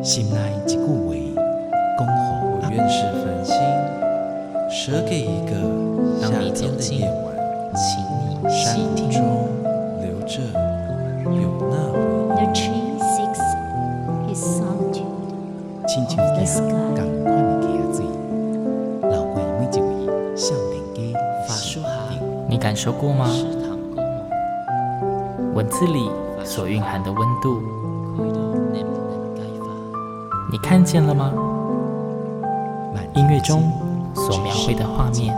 心内一句话，讲好我愿是繁星，舍给一个夏天的夜晚， 请你山细听。 谷中留着有那回忆。 The tree seeks his solitude 亲像 of the 行 sky. 同款的溪水，流过每一位少年家法术哈， 你感受过吗？ 食堂沟梦， 文字里所蕴含的温度， 开到你唔能解法。 你看见了吗？ 慢音乐中所描绘的画面，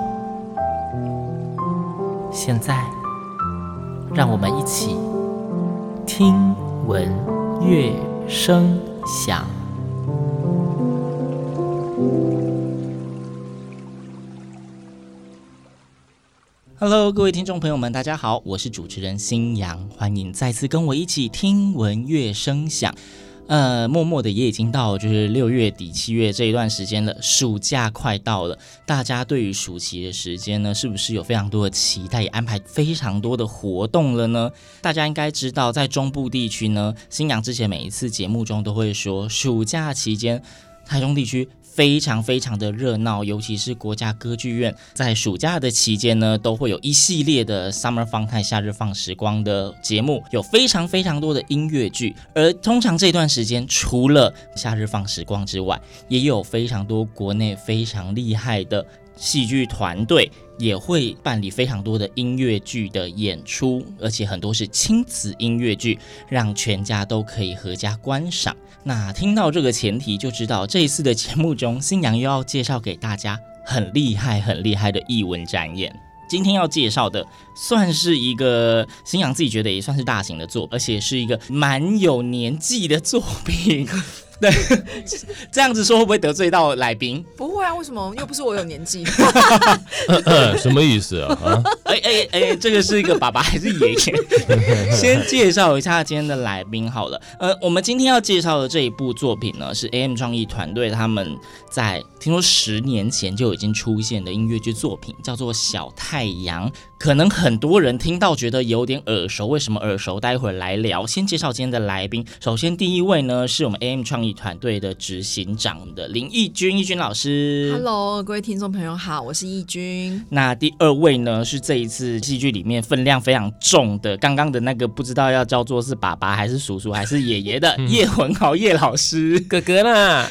现在，让我们一起听闻乐声响。Hello， 各位听众朋友们，大家好，我是主持人新阳，欢迎再次跟我一起听闻乐声响。默默的也已经到就是6月底7月这一段时间了，暑假快到了，大家对于暑期的时间呢，是不是有非常多的期待，也安排非常多的活动了呢？大家应该知道，在中部地区呢，新阳之前每一次节目中都会说，暑假期间台中地区非常非常的热闹，尤其是国家歌剧院在暑假的期间呢，都会有一系列的 Summer Fun Time 夏日放时光的节目，有非常非常多的音乐剧。而通常这段时间，除了夏日放时光之外，也有非常多国内非常厉害的戏剧团队也会办理非常多的音乐剧的演出，而且很多是亲子音乐剧，让全家都可以合家观赏。那听到这个前提，就知道这一次的节目中，新阳又要介绍给大家很厉害的艺文展演。今天要介绍的算是一个新阳自己觉得也算是大型的作品，而且是一个蛮有年纪的作品。对，这样子说会不会得罪到来宾？ 不会啊，为什么？又不是我有年纪。 什么意思啊？ 这个是一个爸爸还是爷爷？先介绍一下今天的来宾好了。我们今天要介绍的这一部作品呢，是 AM 创意团队他们在听说10年前就已经出现的音乐剧作品，叫做《小太阳》。可能很多人听到觉得有点耳熟，为什么耳熟？待会儿来聊。先介绍今天的来宾，首先第一位呢是我们 AM 创意团队的执行长的林义君老师。 Hello， 各位听众朋友好，我是义君。 那第二位呢是这一次戏剧里面分量非常重的，刚刚的那个不知道要叫做是爸爸还是叔叔还是爷爷的叶文豪叶老师。 哥哥啦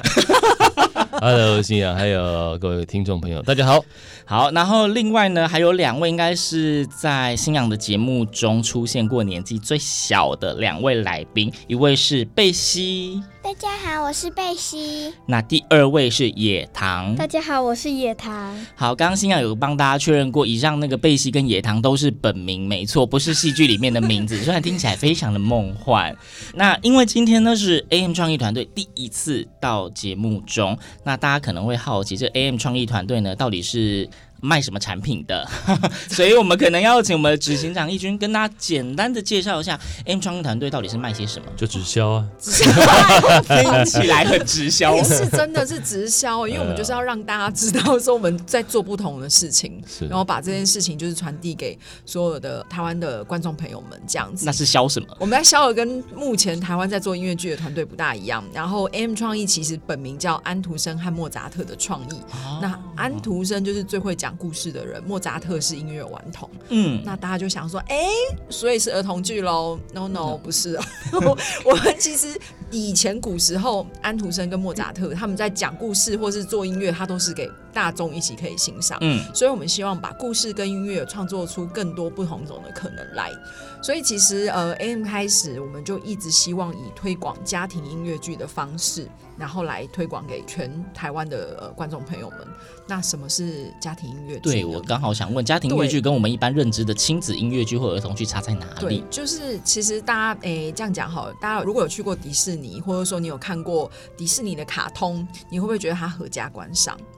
！Hello， 新阳，还有各位听众朋友，大家好。 好，然后另外呢还有2位应该是在新阳的节目中出现过年纪最小的2位来宾，一位是贝西。 大家好，我是贝西。 那第2位是野糖。 大家好，我是野糖。 好，刚刚新阳有帮大家确认过，以上那个贝西跟野糖都是本名，没错，不是戏剧里面的名字，虽然听起来非常的梦幻。那因为今天呢是 AM 创意团队第一次到节目中，那大家可能会好奇，这 AM 创意团队呢到底是卖什么产品的？所以我们可能要请我们的执行长义君跟大家简单的介绍一下 AM 创意团队到底是卖些什么。 就直销啊， 听起来很直销。 是真的是直销，因为我们就是要让大家知道说我们在做不同的事情，然后把这件事情就是传递给所有的台湾的观众朋友们，这样子。 那是销什么？ 我们在销的跟目前台湾在做音乐剧的团队不大一样。然后 AM 创意其实本名叫安徒生和莫扎特的创意。那安徒生就是最会讲故事的人，莫扎特是音乐顽童。那大家就想说，所以是儿童剧咯 ？No， 不是啊。我们其实以前古时候，安徒生跟莫扎特他们在讲故事或是做音乐，他都是给大众一起可以欣赏。所以我们希望把故事跟音乐创作出更多不同种的可能来。所以其实AM 开始我们就一直希望以推广家庭音乐剧的方式，然后来推广给全台湾的观众朋友们。那什么是家庭音乐剧？ 对，我刚好想问，家庭音乐剧跟我们一般认知的亲子音乐剧或儿童剧差在哪里？ 对，就是其实大家这样讲好了，大家如果有去过迪士尼，或者说你有看过迪士尼的卡通，你会不会觉得它合家观赏？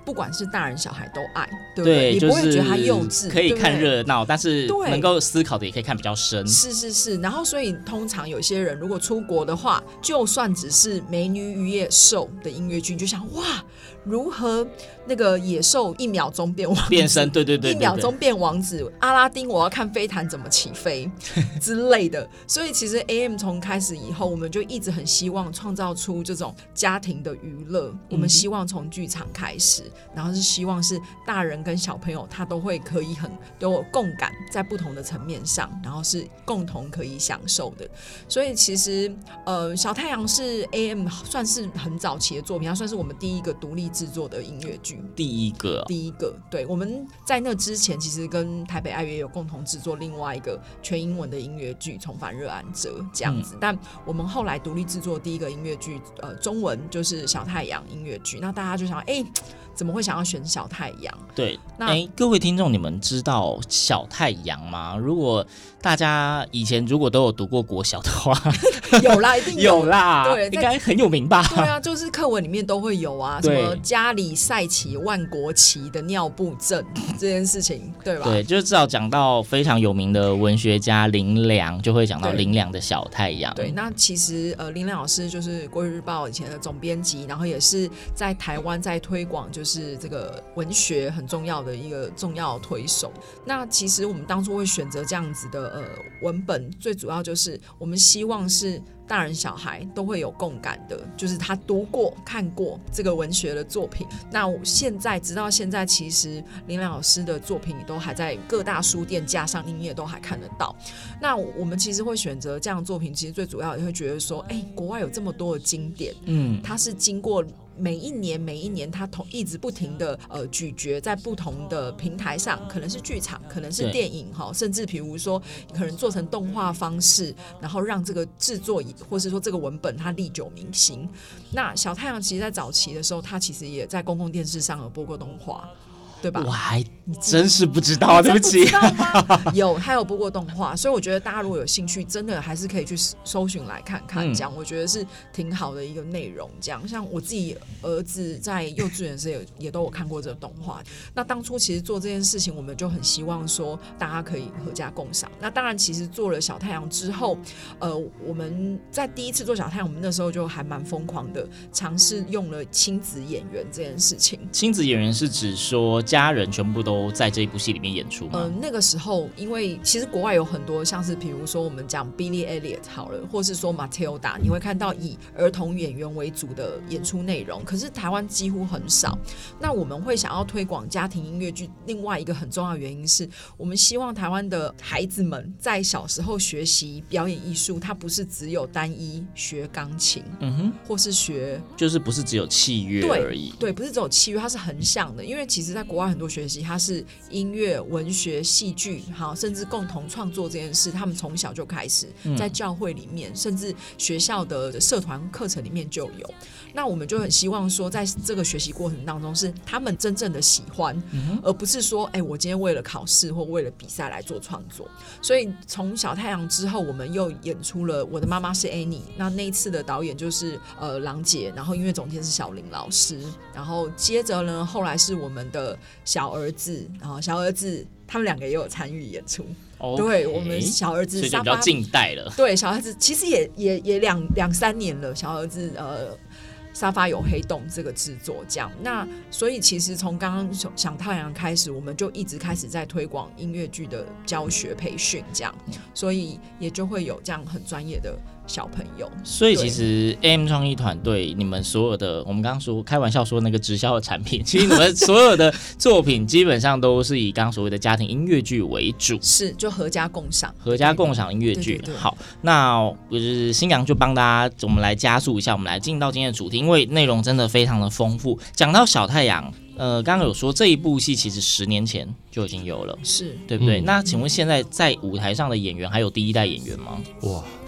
不管是大人小孩都爱，对不对？你不会觉得它幼稚， 可以看热闹，但是对能够思考的也可以看比较深。 是，然后所以通常有些人如果出国的话，就算只是美女与野兽的音乐剧，你就想哇，如何那个野兽1秒钟变王子， 变身，对，1 秒钟变王子，阿拉丁我要看飞毯怎么起飞之类的。所以其实 AM 从开始以后，我们就一直很希望创造出这种家庭的娱乐，我们希望从剧场开始，然后是希望是大人跟小朋友他都会可以都有共感，在不同的层面上，然后是共同可以享受的。所以其实小太阳是 AM 算是很早期的作品，它算是我们第一个独立制作的音乐剧， 第一个， 对，我们在那之前其实跟台北爱乐有共同制作另外一个全英文的音乐剧《重返热安哲》这样子，但我们后来独立制作第一个音乐剧中文就是小太阳音乐剧，那大家就想怎么会想要选小太阳？对， 各位听众，你们知道小太阳吗？如果大家以前如果都有读过国小的话， 有啦，一定有啦， 对， 应该很有名吧？ 对啊，就是课文里面都会有啊，什么家里晒起万国旗的尿布阵这件事情，对吧？ 对，就至少讲到非常有名的文学家林良，就会讲到林良的小太阳。 对，那其实林良老师就是国语日报以前的总编辑，然后也是在台湾在推广就是这个文学很重要的一个重要推手。那其实我们当初会选择这样子的文本，最主要就是我们希望是大人小孩都会有共感的，就是他读过看过这个文学的作品。那现在直到现在，其实林良老师的作品都还在各大书店架上，音乐都还看得到。那我们其实会选择这样的作品，其实最主要也会觉得说，国外有这么多的经典，它是经过每一年他一直不停的咀嚼在不同的平台上，可能是剧场，可能是电影，甚至比如说可能做成动画方式，然后让这个制作或是说这个文本它历久弥新。那小太阳其实在早期的时候，它其实也在公共电视上有播过动画，对吧？ 我还真是不知道，对不起。 他有播过动画，所以我觉得大家如果有兴趣，真的还是可以去搜寻来看看，这样我觉得是挺好的一个内容。这样，像我自己儿子在幼稚园时也都有看过这个动画。那当初其实做这件事情，我们就很希望说大家可以合家共赏。那当然，其实做了小太阳之后，我们在第一次做小太阳，我们那时候就还蛮疯狂的，尝试用了亲子演员这件事情。 亲子演员是指说家人全部都在这一部戏里面演出吗？ 那个时候，因为其实国外有很多，像是比如说我们讲 Billy Elliot 好了，或是说 Matilda， 你会看到以儿童演员为主的演出内容，可是台湾几乎很少。那我们会想要推广家庭音乐剧，另外一个很重要的原因是我们希望台湾的孩子们在小时候学习表演艺术，它不是只有单一学钢琴，或是学就是不是只有器乐而已， 对，不是只有器乐，它是横向的。因为其实在国外很多学习，它是音乐、文学、戏剧，好，甚至共同创作这件事，他们从小就开始在教会里面，甚至学校的社团课程里面就有。那我们就很希望说，在这个学习过程当中，是他们真正的喜欢，而不是说，我今天为了考试或为了比赛来做创作。所以从小太阳之后，我们又演出了《我的妈妈是 Annie》，那一次的导演就是郎姐，然后音乐总监是小林老师，然后接着呢，后来是我们的小儿子，然后小儿子他们两个也有参与演出。对，我们小儿子所以就比较近代了。 对，小儿子其实也两三年了，小儿子沙发有黑洞这个制作这样。那所以其实从刚刚小太阳开始，我们就一直开始在推广音乐剧的教学培训这样，所以也就会有这样很专业的小朋友。 所以其实 AM 创意团队，你们所有的我们刚刚说开玩笑说那个直销的产品，其实你们所有的作品基本上都是以刚刚所谓的家庭音乐剧为主， 是就合家共赏音乐剧。对，好，那就是新阳就帮大家我们来加速一下，我们来进到今天的主题，因为内容真的非常的丰富。讲到小太阳，刚刚有说这一部戏其实10年前就已经有了， 是对不对？那请问现在在舞台上的演员还有第一代演员吗？ 哇，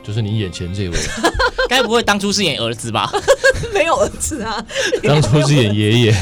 就是你眼前这位， 该不会当初是演儿子吧？ 没有儿子啊， 当初是演爷爷。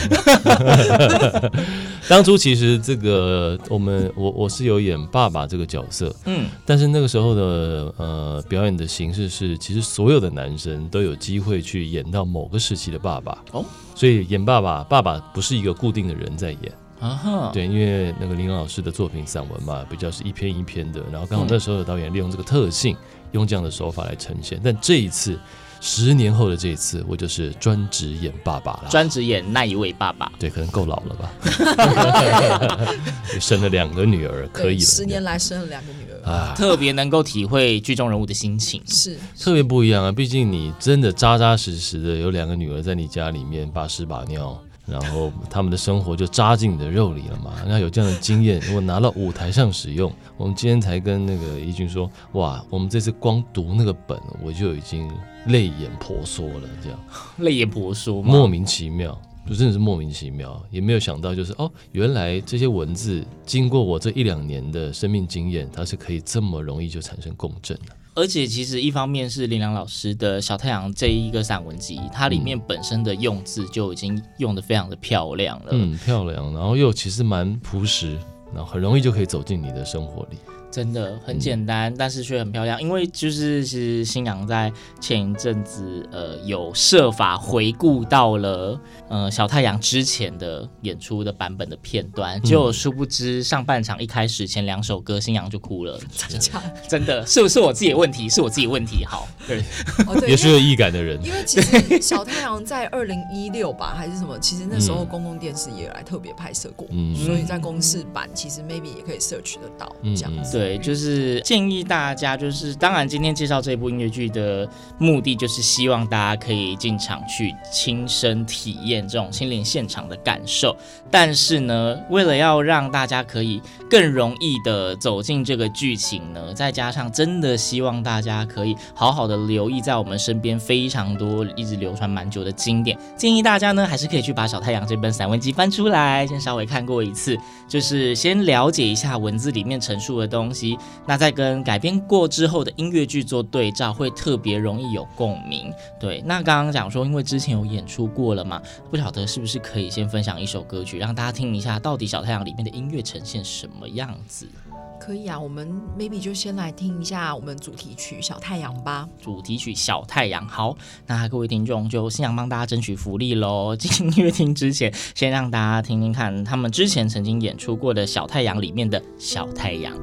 当初其实这个我是有演爸爸这个角色，但是那个时候的表演的形式是，其实所有的男生都有机会去演到某个时期的爸爸哦，所以演爸爸不是一个固定的人在演。对，因为那个林老师的作品散文嘛，比较是一篇一篇的，然后刚好那时候的导演利用这个特性，用这样的手法来呈现。但这一次10年后的这一次，我就是专职演爸爸了， 专职演那一位爸爸。 对，可能够老了吧。生了2个女儿，可以了。 10年来生了2个女儿， 特别能够体会剧中人物的心情， 是特别不一样啊。毕竟你真的扎扎实实的有2个女儿在你家里面把屎把尿。然后他们的生活就扎进你的肉里了嘛。那有这样的经验，如果拿到舞台上使用，我们今天才跟那个怡君说，哇，我们这次光读那个本，我就已经泪眼婆娑了，这样泪眼婆娑吗？ 莫名其妙，就真的是莫名其妙，也没有想到就是原来这些文字经过我这1-2年的生命经验，它是可以这么容易就产生共振的。 而且其实一方面是林良老师的小太阳这一个散文集，它里面本身的用字就已经用得非常的漂亮了， 漂亮，然后又其实蛮朴实，然后很容易就可以走进你的生活里。 真的很简单，但是却很漂亮。因为就是其实新阳在前一阵子有设法回顾到了小太阳之前的演出的版本的片段，结果殊不知上半场一开始前2首歌新阳就哭了，真的是不是我自己的问题？是我自己的问题。好，对， 也是有异感的人。 因为其实小太阳在2016吧还是什么，其实那时候公共电视也来特别拍摄过，所以在公视版其实 maybe 也可以 search 得到这样子。 对，就是建议大家，就是当然今天介绍这部音乐剧的目的，就是希望大家可以进场去亲身体验这种亲临现场的感受。但是呢，为了要让大家可以更容易的走进这个剧情呢，再加上真的希望大家可以好好的留意在我们身边非常多一直流传蛮久的经典，建议大家呢还是可以去把小太阳这本散文集翻出来，先稍微看过一次，就是先了解一下文字里面陈述的东西，那再跟改编过之后的音乐剧做对照，会特别容易有共鸣。对，那刚刚讲说因为之前有演出过了嘛，不晓得是不是可以先分享一首歌曲让大家听一下到底小太阳里面的音乐呈现什么样子。 可以啊，我们 maybe 就先来听一下我们主题曲《小太阳》吧。 主题曲《小太阳》，好，那各位听众就新阳帮大家争取福利咯。进音乐厅之前，先让大家听听看他们之前曾经演出过的《小太阳》里面的小太阳。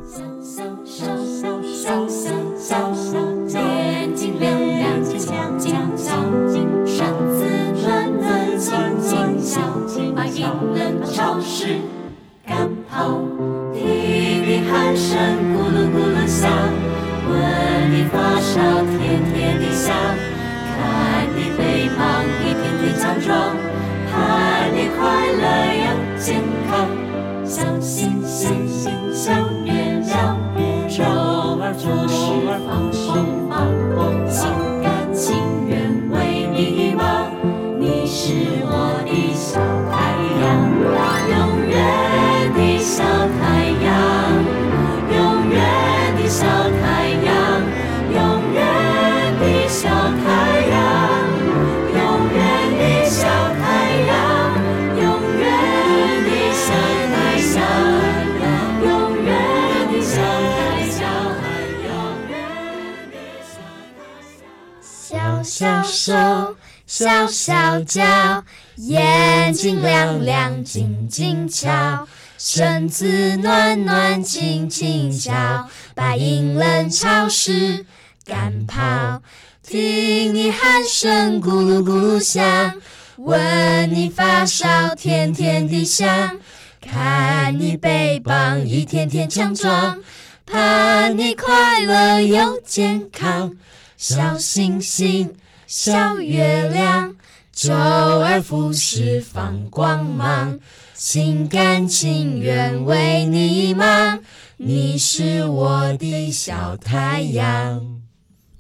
眼睛亮亮晶晶亮，身子暖暖轻轻笑，把阴冷潮湿赶跑。听你鼾声咕噜咕噜响，闻你发烧甜甜的香，看你背膀一天天强壮，盼你快乐又健康。小星星小月亮，周而复始放光芒，心甘情愿为你忙，你是我的小太阳，永远的小太阳，永远的小太阳，永远的小太阳，永远的小太阳，永远的小太阳，永远的小太阳，永远的小太阳。 小小手，小小脚，眼睛亮亮，静静瞧，身子暖暖，轻轻敲，把阴冷潮湿赶跑。听你鼾声咕噜咕噜响，闻你发烧甜甜的香，看你背膀一天天强壮，盼你快乐又健康。小星星小月亮，周而复始放光芒，心甘情愿为你忙，你是我的小太阳。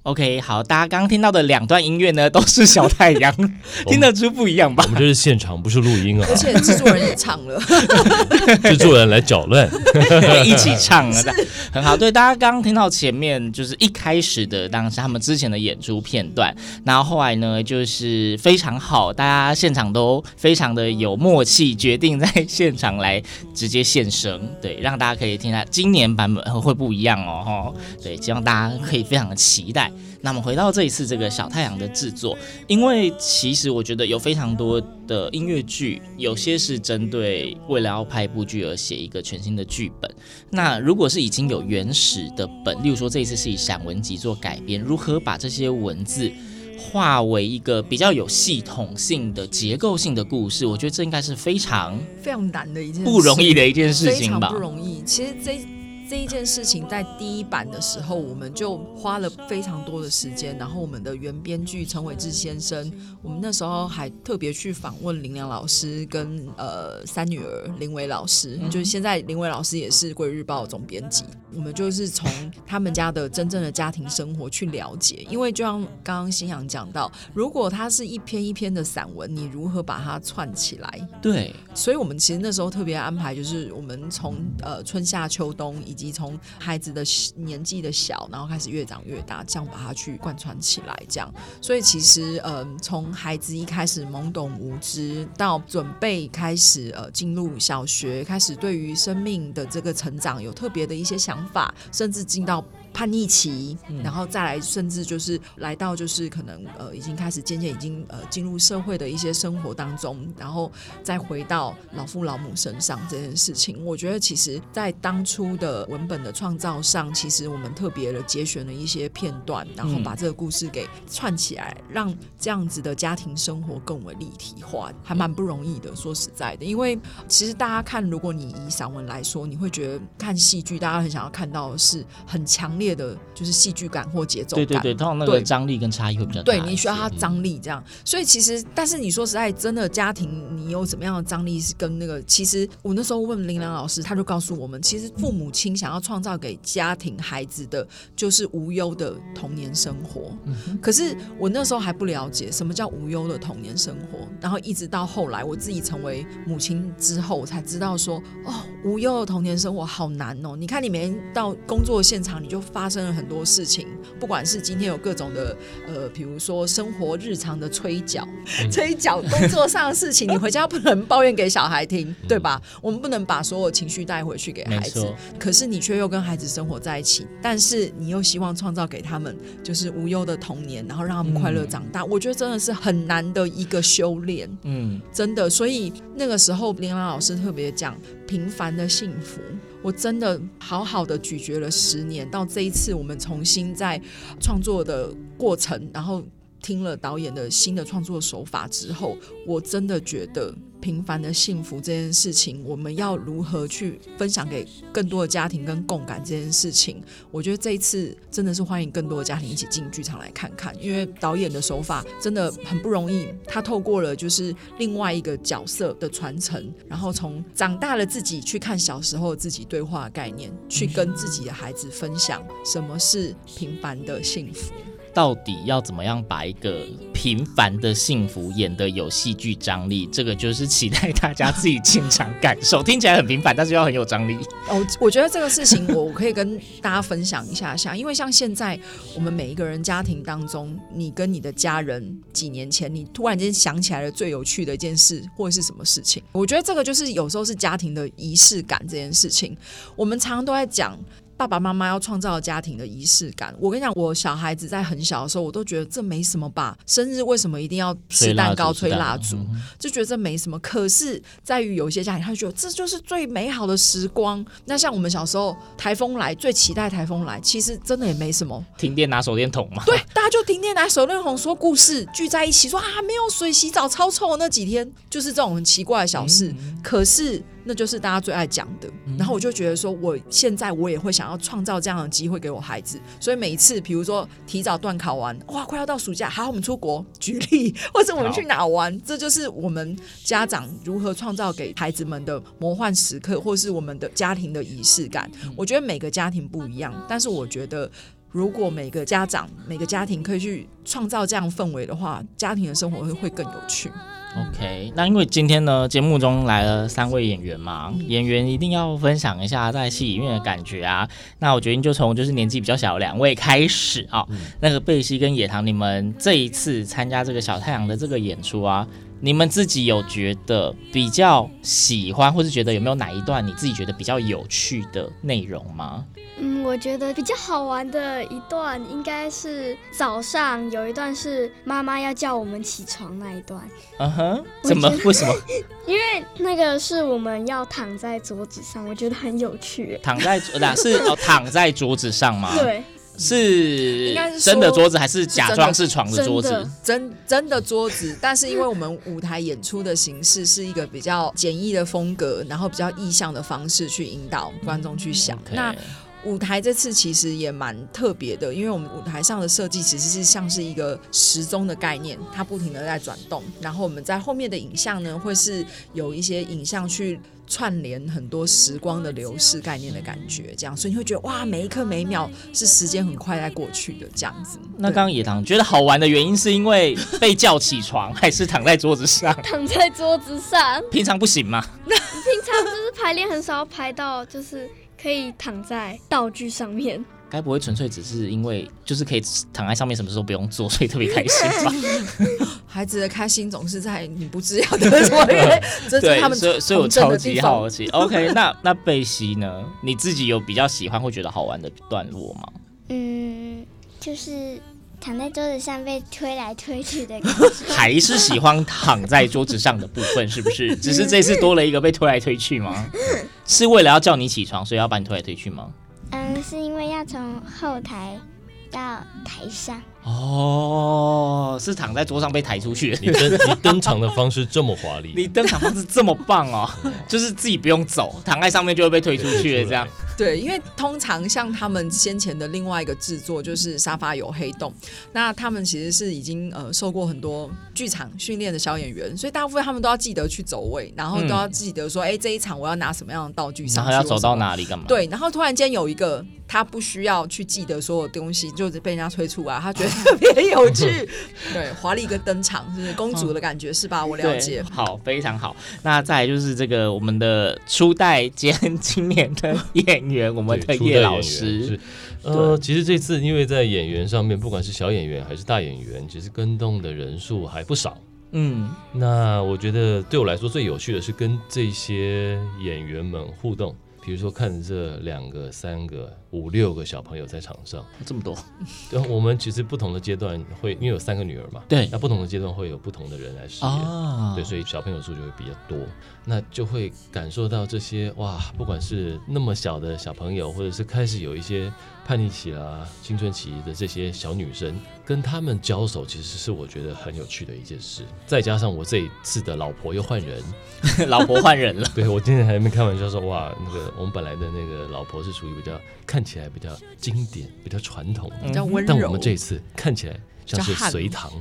OK， 好，大家刚刚听到的2段音乐呢，都是小太阳，听得出不一样吧？ 我们这是现场，不是录音啊。 而且制作人也唱了， 制作人来搅乱， 一起唱了，很好。对，大家刚刚听到前面就是一开始的，当然是他们之前的演出片段，然后后来呢，就是非常好，大家现场都非常的有默契，决定在现场来直接现声，对，让大家可以听到今年版本会不一样哦，对，希望大家可以非常的期待。那么回到这一次这个小太阳的制作，因为其实我觉得有非常多的音乐剧，有些是针对为了要拍一部剧而写一个全新的剧本。那如果是已经有原始的本，例如说这一次是以散文集做改编，如何把这些文字化为一个比较有系统性的结构性的故事，我觉得这应该是非常难的一件事， 不容易的一件事情吧。 非常不容易。其实这一件事情在第一版的时候，我们就花了非常多的时间，然后我们的原编剧陈伟志先生，我们那时候还特别去访问林良老师跟三女儿林伟老师，就是现在林伟老师也是《贵日报》总编辑，我们就是从他们家的真正的家庭生活去了解，因为就像刚刚新阳讲到，如果它是一篇一篇的散文，你如何把它串起来？ 对， 所以我们其实那时候特别安排，就是我们从春夏秋冬以及从孩子的年纪的小，然后开始越长越大，这样把它去贯穿起来，这样。所以其实从孩子一开始懵懂无知，到准备开始进入小学，开始对于生命的这个成长有特别的一些想法，甚至进到叛逆期，然后再来甚至就是来到就是可能已经开始渐渐已经进入社会的一些生活当中，然后再回到老父老母身上这件事情，我觉得其实在当初的文本的创造上，其实我们特别的节选了一些片段，然后把这个故事给串起来，让这样子的家庭生活更为立体化，还蛮不容易的，说实在的。因为其实大家看，如果你以散文来说，你会觉得看戏剧大家很想要看到的是很强烈的就是戏剧感或节奏感， 对，通常那个张力跟差异会比较大， 对，你需要它张力这样。所以其实但是你说实在真的家庭你有怎么样的张力是跟那个，其实我那时候问林良老师，他就告诉我们，其实父母亲想要创造给家庭孩子的就是无忧的童年生活，可是我那时候还不了解什么叫无忧的童年生活，然后一直到后来我自己成为母亲之后，我才知道说无忧的童年生活好难哦。你看你每天到工作现场，你就发生了很多事情，不管是今天有各种的比如说生活日常的催缴工作上的事情，你回家不能抱怨给小孩听，对吧？我们不能把所有情绪带回去给孩子，可是你却又跟孩子生活在一起，但是你又希望创造给他们就是无忧的童年，然后让他们快乐长大，我觉得真的是很难的一个修炼，真的。所以那个时候林良老师特别讲平凡的幸福，我真的好好的咀嚼了10年，到这一次我们重新在创作的过程，然后听了导演的新的创作手法之后，我真的觉得平凡的幸福这件事情，我们要如何去分享给更多的家庭跟共感这件事情，我觉得这一次真的是欢迎更多的家庭一起进剧场来看看，因为导演的手法真的很不容易，他透过了就是另外一个角色的传承，然后从长大了自己去看小时候自己对话的概念，去跟自己的孩子分享什么是平凡的幸福， 到底要怎么样把一个平凡的幸福演得有戏剧张力，这个就是期待大家自己进场感受。听起来很平凡，但是要很有张力。 我觉得这个事情我可以跟大家分享一下，因为像现在我们每一个人家庭当中，你跟你的家人几年前你突然间想起来了最有趣的一件事或者是什么事情，我觉得这个就是有时候是家庭的仪式感这件事情。我们常常都在讲爸爸妈妈要创造家庭的仪式感，我跟你讲，我小孩子在很小的时候我都觉得这没什么吧，生日为什么一定要吃蛋糕吹蜡烛，就觉得这没什么。可是在于有些家庭他就觉得这就是最美好的时光。那像我们小时候台风来最期待台风来，其实真的也没什么，停电拿手电筒嘛，对，大家就停电拿手电筒说故事，聚在一起说没有水洗澡超臭那几天，就是这种很奇怪的小事，可是那就是大家最爱讲的。然后我就觉得说我现在我也会想要创造这样的机会给我孩子，所以每一次比如说提早段考完，哇快要到暑假，好我们出国举例，或者我们去哪玩，这就是我们家长如何创造给孩子们的魔幻时刻，或是我们的家庭的仪式感。我觉得每个家庭不一样，但是我觉得如果每个家长每个家庭可以去创造这样氛围的话，家庭的生活会更有趣。 OK， 那因为今天呢，节目中来了3位演员嘛，演员一定要分享一下在戏里面的感觉啊。那我决定就从就是年纪比较小的2位开始啊。那个贝西跟野堂，你们这一次参加这个小太阳的这个演出啊，你们自己有觉得比较喜欢，或是觉得有没有哪一段你自己觉得比较有趣的内容吗？ 我觉得比较好玩的一段应该是早上有一段是妈妈要叫我们起床那一段。 怎么？为什么？ 因为那个是我们要躺在桌子上，我觉得很有趣。 躺在躺在桌子上吗？ 对。 应该是真的桌子还是假装是床的桌子？ 真的桌子，但是因为我们舞台演出的形式是一个比较简易的风格，然后比较意象的方式去引导观众去想。那舞台这次其实也蛮特别的，因为我们舞台上的设计其实是像是一个时钟的概念，它不停的在转动，然后我们在后面的影像呢，会是有一些影像去串联很多时光的流逝概念的感觉，这样，所以你会觉得哇，每一刻每一秒是时间很快在过去的这样子。 那刚刚野堂觉得好玩的原因是因为被叫起床，还是躺在桌子上？ 躺在桌子上。 平常不行吗？ 平常就是排练很少排到，就是可以躺在道具上面。 该不会纯粹只是因为就是可以躺在上面，什么事都不用做，所以特别开心吧？ 孩子的开心总是在你不知道的所以这是他们所以我超级好奇。OK， 那贝西呢？你自己有比较喜欢或觉得好玩的段落吗？ 就是躺在桌子上被推来推去的感觉。 还是喜欢躺在桌子上的部分，是不是？只是这次多了一个被推来推去吗？是为了要叫你起床，所以要把你推来推去吗？ 是因为要从后台到台上。 是躺在桌上被抬出去的。 你登场的方式这么华丽， 你登场方式这么棒哦，就是自己不用走，躺在上面就会被推出去的这样。 对，因为通常像他们先前的另外一个制作就是沙发有黑洞，那他们其实是已经受过很多剧场训练的小演员，所以大部分他们都要记得去走位，然后都要记得说，这一场我要拿什么样的道具上去， 然后要走到哪里干嘛？ 对，然后突然间有一个他不需要去记得所有东西，就是被人家推出来，他觉得特别有趣。对，华丽一个登场，就是公主的感觉，是吧？我了解。 好，非常好。那再来就是这个我们的初代兼今年的演员，我们的叶老师。 其实这次因为在演员上面，不管是小演员还是大演员，其实跟动的人数还不少。那我觉得对我来说最有趣的是跟这些演员们互动。比如说看这2个、3个、5、6个小朋友在场上， 这么多。 对，我们其实不同的阶段会，因为有3个女儿嘛， 对， 那不同的阶段会有不同的人来饰演，对，所以小朋友数就会比较多，那就会感受到这些哇，不管是那么小的小朋友，或者是开始有一些叛逆期啦、青春期的这些小女生，跟他们交手，其实是我觉得很有趣的一件事。再加上我这一次的老婆又换人， 老婆换人了。 对，我今天还没开玩笑说，哇，那个我们本来的那个老婆是属于比较看起来比较经典、比较传统的， 比较温柔， 但我们这一次看起来像是隋唐，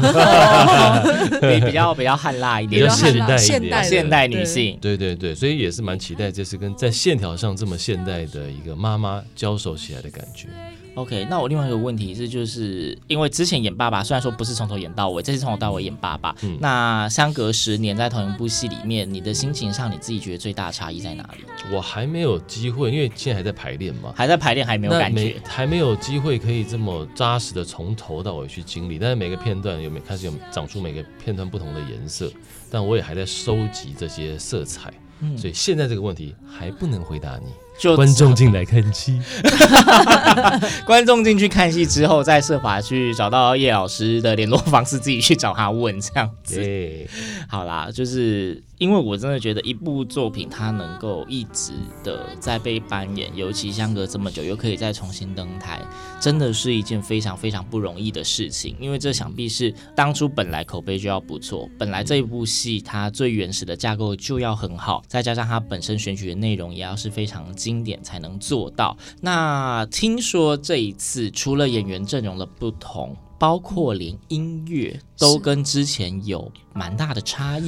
比较汉辣一点， 比较现代女性。 对对对，所以也是蛮期待这次跟在线条上这么现代的一个妈妈交手起来的感觉。 OK， 那我另外一个问题是，就是因为之前演爸爸，虽然说不是从头演到尾，这次从头到尾演爸爸，那相隔10年在同一部戏里面，你的心情上你自己觉得最大的差异在哪里？ 我还没有机会，因为现在还在排练嘛， 还在排练，还没有感觉， 还没有机会可以这么扎实的从头到尾去经历。但是每个片段开始有长出每个片段不同的颜色，但我也还在收集这些色彩，所以现在这个问题还不能回答你。观众进来看戏， 观众进去看戏之后，再设法去找到叶老师的联络方式，自己去找他问这样子。 对， 好啦，就是因为我真的觉得一部作品它能够一直的在被扮演，尤其相隔这么久又可以再重新登台，真的是一件非常非常不容易的事情。因为这想必是当初本来口碑就要不错，本来这一部戏它最原始的架构就要很好，再加上它本身选取的内容也要是非常经典才能做到。那听说这一次除了演员阵容的不同，包括连音乐都跟之前有蛮大的差异。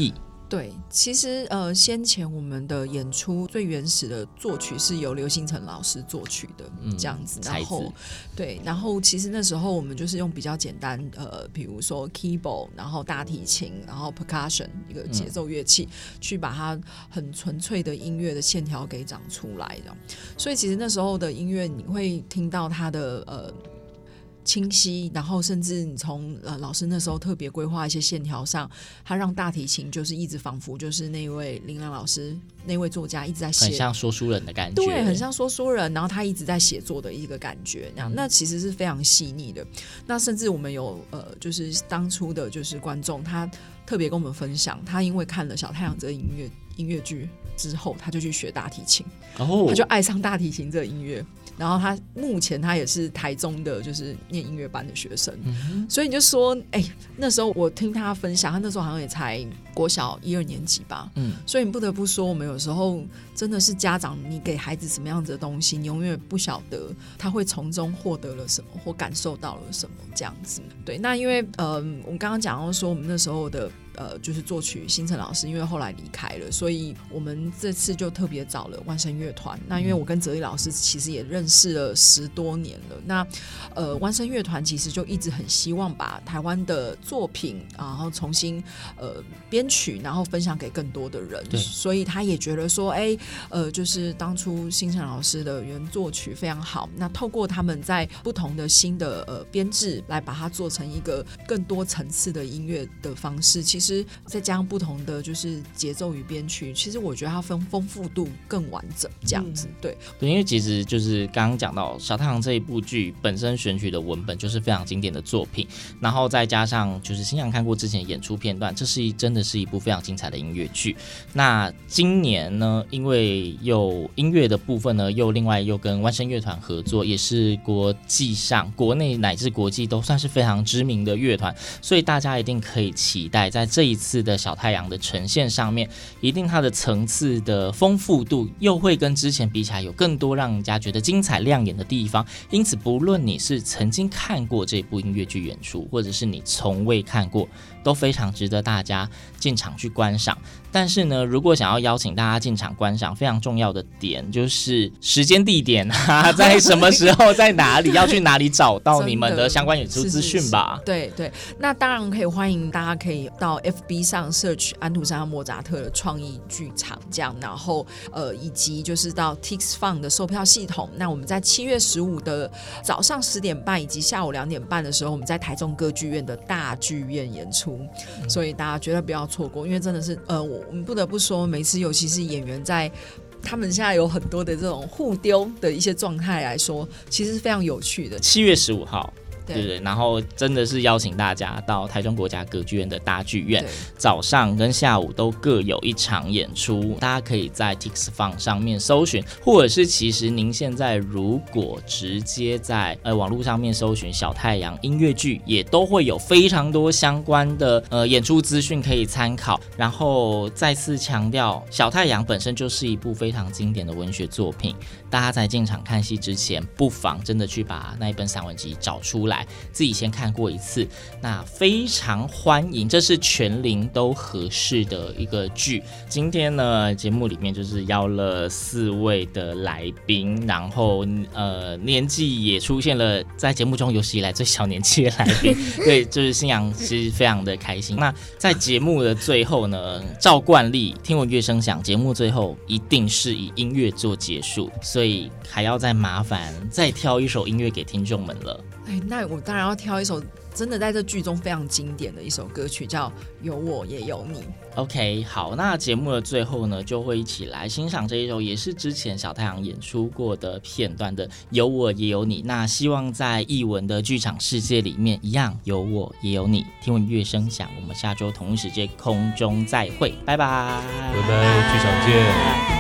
对，其实先前我们的演出最原始的作曲是由刘星辰老师作曲的，这样子。然后对，然后其实那时候我们就是用比较简单比如说 keyboard， 然后大提琴，然后 percussion 一个节奏乐器，去把它很纯粹的音乐的线条给长出来的。所以其实那时候的音乐你会听到它的清晰，然后甚至你从老师那时候特别规划一些线条上，他让大提琴就是一直仿佛就是那位林良老师那位作家一直在写， 很像说书人的感觉， 对，很像说书人，然后他一直在写作的一个感觉，那其实是非常细腻的。那甚至我们有就是当初的就是观众，他特别跟我们分享，他因为看了小太阳这个音乐剧之后，他就去学大提琴，他就爱上大提琴这个音乐。然后他目前他也是台中的就是念音乐班的学生，所以你就说那时候我听他分享，他那时候好像也才国小1、2年级吧，所以你不得不说我们有时候真的是家长，你给孩子什么样子的东西，你永远不晓得他会从中获得了什么或感受到了什么这样子。对，那因为我们刚刚讲到说我们那时候的就是作曲星辰老师因为后来离开了，所以我们这次就特别找了万声乐团。那因为我跟哲一老师其实也认识了10多年了，那万声乐团其实就一直很希望把台湾的作品然后重新编曲，然后分享给更多的人，所以他也觉得说就是当初星辰老师的原作曲非常好，那透过他们在不同的新的编制来把它做成一个更多层次的音乐的方式，其实再加上不同的就是节奏与编曲，其实我觉得它丰富度更完整这样子。对， 因为其实就是刚刚讲到小太阳这一部剧本身选曲的文本就是非常经典的作品，然后再加上就是星阳看过之前演出片段，这是真的是一部非常精彩的音乐剧。那今年呢，因为又音乐的部分呢又另外又跟万声乐团合作，也是国际上国内乃至国际都算是非常知名的乐团，所以大家一定可以期待在这一次的小太阳的呈现上面，一定它的层次的丰富度又会跟之前比起来有更多让人家觉得精彩亮眼的地方。因此不论你是曾经看过这部音乐剧演出，或者是你从未看过，都非常值得大家进场去观赏。但是呢，如果想要邀请大家进场观赏，非常重要的点就是时间地点在什么时候在哪里要去哪里找到你们的相关演出资讯吧。 对对，那当然可以欢迎大家可以到 FB 上 search 安徒生和莫扎特的创意剧场这样，然后以及就是到 TixFun 的售票系统。那我们在7月15的早上10点半以及下午2点半的时候，我们在台中歌剧院的大剧院演出，所以大家绝对不要错过，因为真的是我们不得不说，每次尤其是演员在他们现在有很多的这种互丢的一些状态来说，其实是非常有趣的。 7月15号对对，然后真的是邀请大家到台中国家歌剧院的大剧院，早上跟下午都各有一场演出，大家可以在 TixFun 上面搜寻，或者是其实您现在如果直接在网络上面搜寻小太阳音乐剧，也都会有非常多相关的演出资讯可以参考。然后再次强调，小太阳本身就是一部非常经典的文学作品，大家在进场看戏之前，不妨真的去把那一本散文集找出来，自己先看过一次，那非常欢迎，这是全龄都合适的一个剧。今天呢，节目里面就是邀了4位的来宾，然后年纪也出现了在节目中有史以来最小年纪的来宾，对，就是星阳其实非常的开心。那在节目的最后呢，照惯例，听闻乐声响，节目最后一定是以音乐做结束，所以还要再麻烦再挑一首音乐给听众们了。 那我当然要挑一首真的在这剧中非常经典的一首歌曲，叫《有我也有你》。 OK， 好，那节目的最后呢，就会一起来欣赏这一首也是之前小太阳演出过的片段的《有我也有你》。那希望在艺文的剧场世界里面一样有我也有你。听闻乐声响，我们下周同一时间空中再会，拜拜， 拜拜，剧场见。